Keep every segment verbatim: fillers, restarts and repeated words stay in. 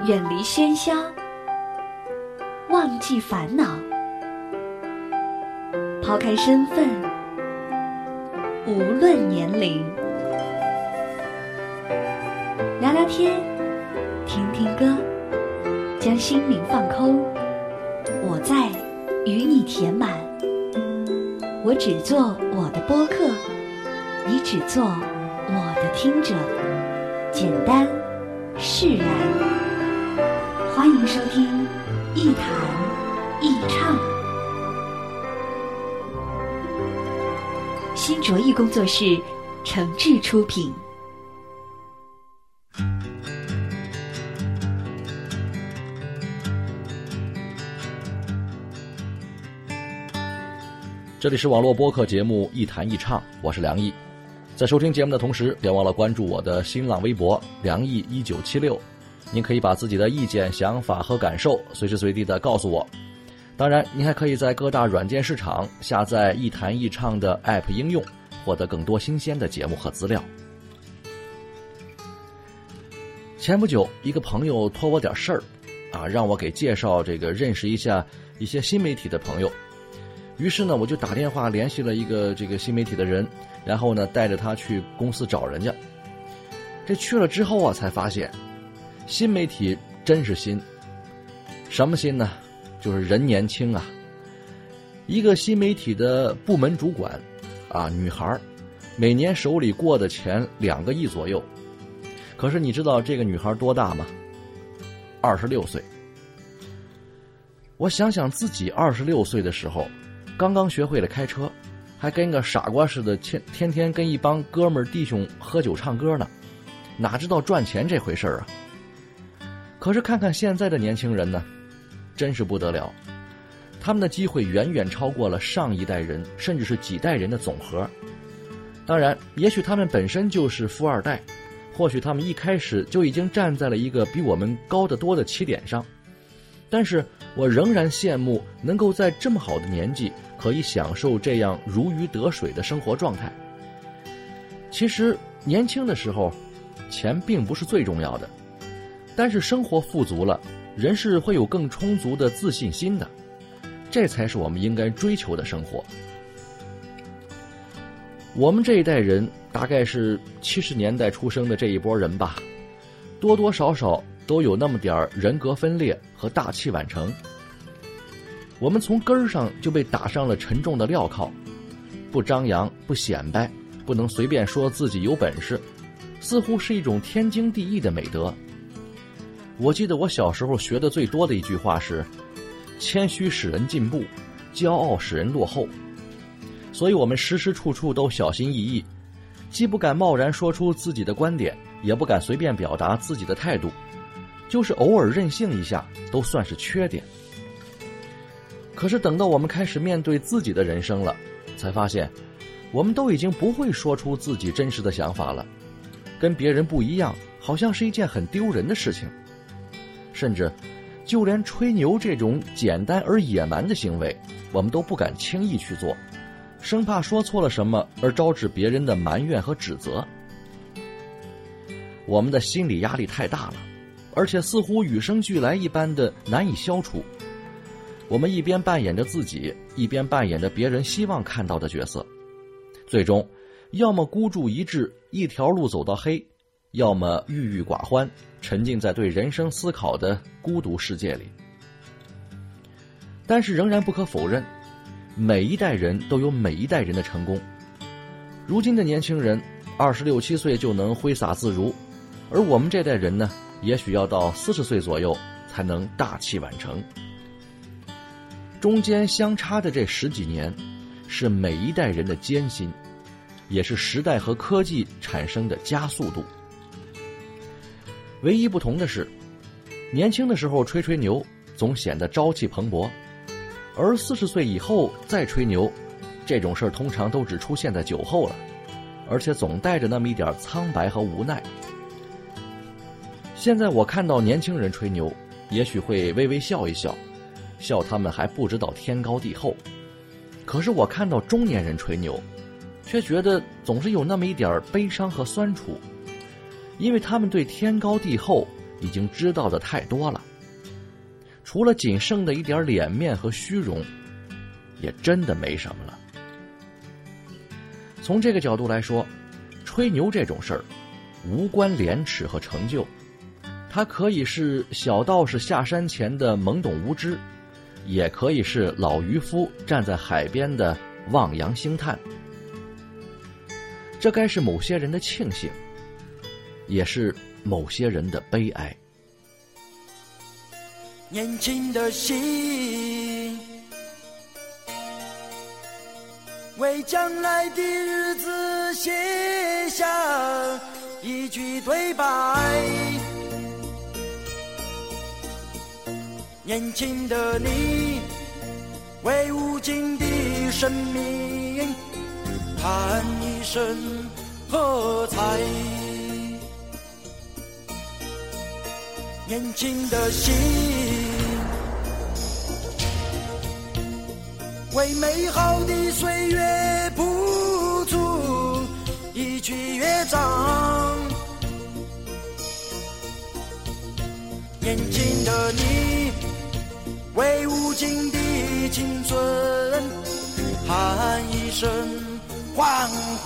远离喧嚣，忘记烦恼，抛开身份，无论年龄，聊聊天，听听歌，将心灵放空。我在与你填满，我只做我的播客，你只做我的听者，简单释然。欢迎收听一谈一唱，新卓艺工作室诚挚出品。 这里是网络播客节目一谈一唱，我是梁毅。在收听节目的同时，别忘了关注我的新浪微博梁毅一九七六，您可以把自己的意见、想法和感受随时随地的告诉我。当然，您还可以在各大软件市场下载一谈一唱的 App 应用，获得更多新鲜的节目和资料。前不久，一个朋友托我点事儿，啊，让我给介绍这个认识一下一些新媒体的朋友。于是呢，我就打电话联系了一个这个新媒体的人，然后呢，带着他去公司找人家。这去了之后啊，才发现新媒体真是新。什么新呢？就是人年轻啊。一个新媒体的部门主管啊，女孩，每年手里过的钱两个亿左右。可是你知道这个女孩多大吗？二十六岁。我想想自己二十六岁的时候，刚刚学会了开车，还跟个傻瓜似的，天天天跟一帮哥们儿弟兄喝酒唱歌呢，哪知道赚钱这回事儿啊？可是看看现在的年轻人呢，真是不得了，他们的机会远远超过了上一代人，甚至是几代人的总和。当然，也许他们本身就是富二代，或许他们一开始就已经站在了一个比我们高得多的起点上，但是我仍然羡慕能够在这么好的年纪可以享受这样如鱼得水的生活状态。其实年轻的时候，钱并不是最重要的，但是生活富足了，人是会有更充足的自信心的，这才是我们应该追求的生活。我们这一代人大概是七十年代出生的这一波人吧，多多少少都有那么点人格分裂和大器晚成。我们从根儿上就被打上了沉重的镣铐，不张扬，不显摆，不能随便说自己有本事，似乎是一种天经地义的美德。我记得我小时候学的最多的一句话是：谦虚使人进步，骄傲使人落后。所以我们时时处处都小心翼翼，既不敢贸然说出自己的观点，也不敢随便表达自己的态度，就是偶尔任性一下都算是缺点。可是等到我们开始面对自己的人生了，才发现我们都已经不会说出自己真实的想法了，跟别人不一样好像是一件很丢人的事情。甚至就连吹牛这种简单而野蛮的行为，我们都不敢轻易去做，生怕说错了什么而招致别人的埋怨和指责。我们的心理压力太大了，而且似乎与生俱来一般的难以消除。我们一边扮演着自己，一边扮演着别人希望看到的角色，最终要么孤注一掷，一条路走到黑，要么郁郁寡欢，沉浸在对人生思考的孤独世界里。但是仍然不可否认，每一代人都有每一代人的成功。如今的年轻人二十六七岁就能挥洒自如，而我们这代人呢，也许要到四十岁左右才能大器晚成。中间相差的这十几年，是每一代人的艰辛，也是时代和科技产生的加速度。唯一不同的是，年轻的时候吹吹牛总显得朝气蓬勃，而四十岁以后再吹牛，这种事儿通常都只出现在酒后了，而且总带着那么一点苍白和无奈。现在我看到年轻人吹牛，也许会微微笑一笑，笑他们还不知道天高地厚。可是我看到中年人吹牛，却觉得总是有那么一点悲伤和酸楚，因为他们对天高地厚已经知道的太多了，除了仅剩的一点脸面和虚荣，也真的没什么了。从这个角度来说，吹牛这种事儿无关廉耻和成就，它可以是小道士下山前的懵懂无知，也可以是老渔夫站在海边的望洋兴叹。这该是某些人的庆幸，也是某些人的悲哀。 年轻的心，为将来的日子写下一句对白。年轻的你，为无尽的生命叹一声喝彩。年轻的心，为美好的岁月谱出一曲乐章。年轻的你，为无尽的青春喊一声欢呼。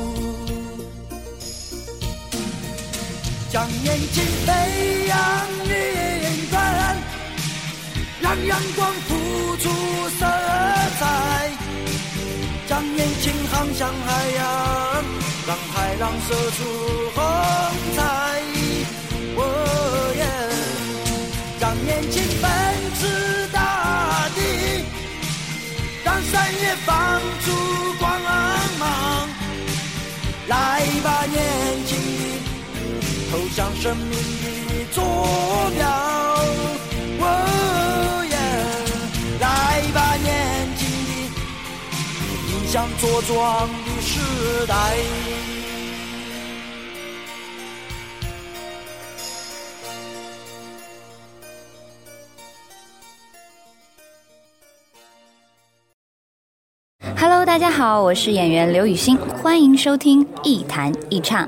将年轻飞扬云端，让阳光付出色彩。将年轻航向海洋，让海浪射出红彩。哦耶！将年轻奔驰大地，让山野放出光芒。来吧，年轻的投向生命的坐标。哦耶！来吧，年轻的迎向茁壮的时代。 Hello， 大家好，我是演员刘雨欣，欢迎收听一弹一唱。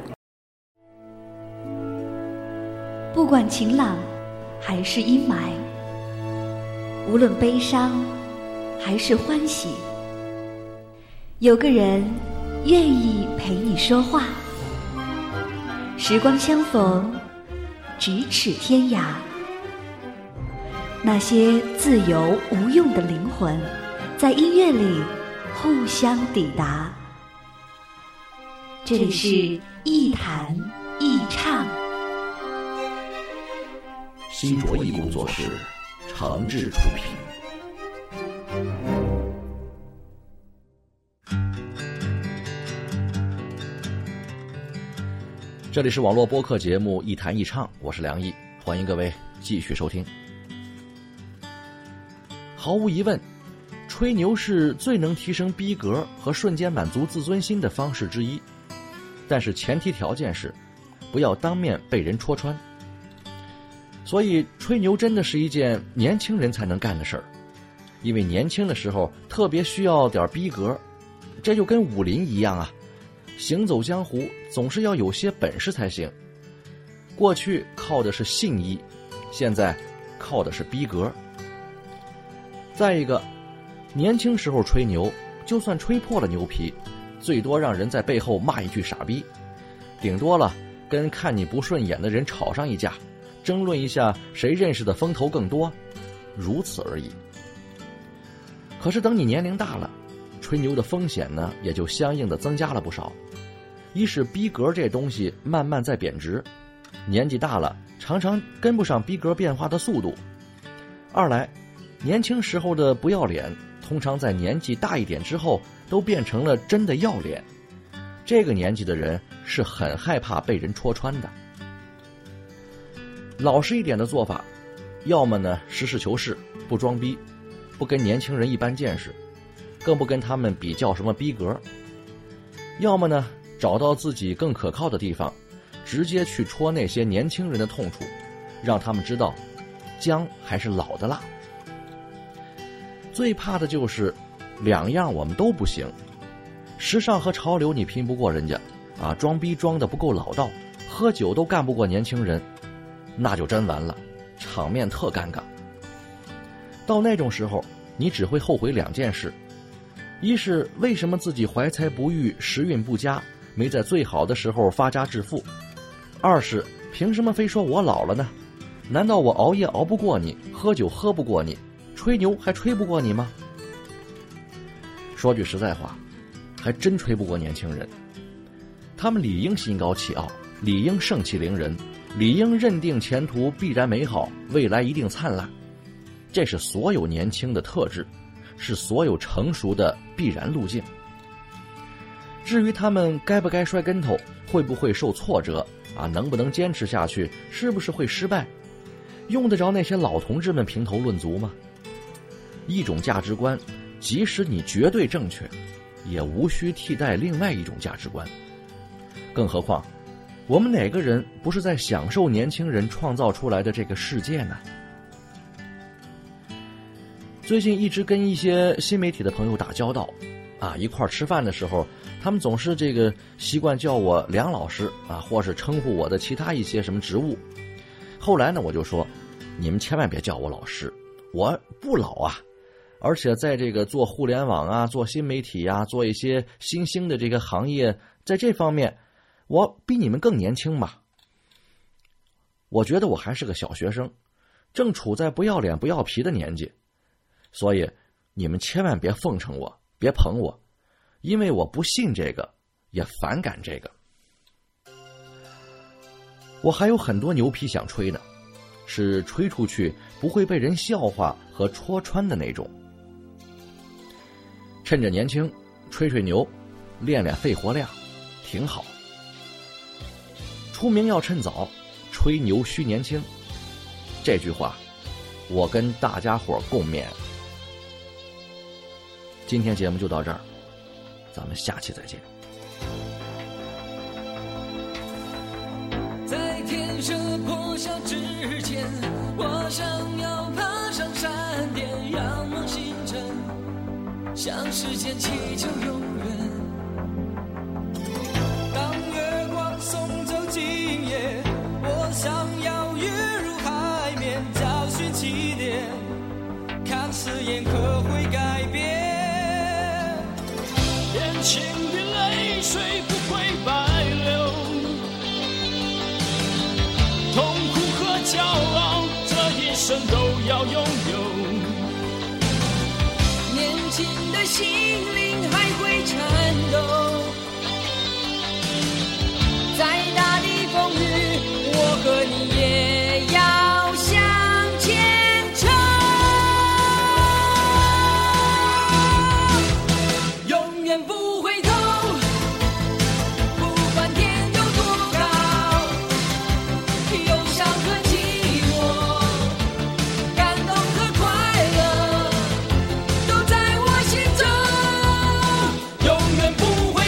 不管晴朗还是阴霾，无论悲伤还是欢喜，有个人愿意陪你说话。时光相逢，咫尺天涯。那些自由无用的灵魂，在音乐里互相抵达。这里是一弹一唱。 新卓艺工作室诚挚出品。这里是网络播客节目一弹一唱，我是梁毅，欢迎各位继续收听。毫无疑问，吹牛是最能提升逼格和瞬间满足自尊心的方式之一，但是前提条件是不要当面被人戳穿。所以吹牛真的是一件年轻人才能干的事儿，因为年轻的时候特别需要点逼格，这就跟武林一样啊，行走江湖总是要有些本事才行。过去靠的是信义，现在靠的是逼格。再一个，年轻时候吹牛，就算吹破了牛皮，最多让人在背后骂一句傻逼，顶多了跟看你不顺眼的人吵上一架，争论一下谁认识的风头更多，如此而已。可是等你年龄大了，吹牛的风险呢也就相应的增加了不少。一是逼格这东西慢慢在贬值，年纪大了常常跟不上逼格变化的速度。二来，年轻时候的不要脸，通常在年纪大一点之后都变成了真的要脸。这个年纪的人是很害怕被人戳穿的。老实一点的做法，要么呢实事求是，不装逼，不跟年轻人一般见识，更不跟他们比较什么逼格；要么呢找到自己更可靠的地方，直接去戳那些年轻人的痛处，让他们知道姜还是老的辣。最怕的就是两样我们都不行，时尚和潮流你拼不过人家啊，装逼装得不够老道，喝酒都干不过年轻人， 那就真完了，场面特尴尬。到那种时候，你只会后悔两件事：一是为什么自己怀才不遇，时运不佳，没在最好的时候发家致富；二是凭什么非说我老了呢？难道我熬夜熬不过你，喝酒喝不过你，吹牛还吹不过你吗？说句实在话，还真吹不过年轻人。他们理应心高气傲，理应盛气凌人，理应认定前途必然美好，未来一定灿烂。这是所有年轻的特质，是所有成熟的必然路径。至于他们该不该摔跟头，会不会受挫折啊，能不能坚持下去，是不是会失败，用得着那些老同志们评头论足吗？一种价值观，即使你绝对正确，也无需替代另外一种价值观。更何况，我们哪个人不是在享受年轻人创造出来的这个世界呢？最近一直跟一些新媒体的朋友打交道，啊，一块儿吃饭的时候，他们总是这个习惯叫我梁老师啊，或是称呼我的其他一些什么职务。后来呢，我就说，你们千万别叫我老师，我不老啊，而且在这个做互联网啊，做新媒体啊，做一些新兴的这个行业，在这方面，我比你们更年轻嘛。我觉得我还是个小学生，正处在不要脸不要皮的年纪。所以你们千万别奉承我，别捧我，因为我不信这个，也反感这个。我还有很多牛皮想吹呢，是吹出去不会被人笑话和戳穿的那种。趁着年轻，吹吹牛，练练肺活量，挺好。出名要趁早，吹牛须年轻。这句话，我跟大家伙共勉。今天节目就到这儿，咱们下期再见。 在天色破晓之前，我想要爬上山巅，仰望星辰，向时间祈求永远。当月光送走今夜，我想要跃入海面，找寻起点，看誓言可会改变。眼前的泪水不会白流，痛苦和骄傲这一生都要拥有。年轻的心灵还会颤抖，再大的风雨，我和你也要向前冲。永远不回头，不管天有多高，忧伤和寂寞，感动和快乐，都在我心中。永远不回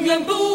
远不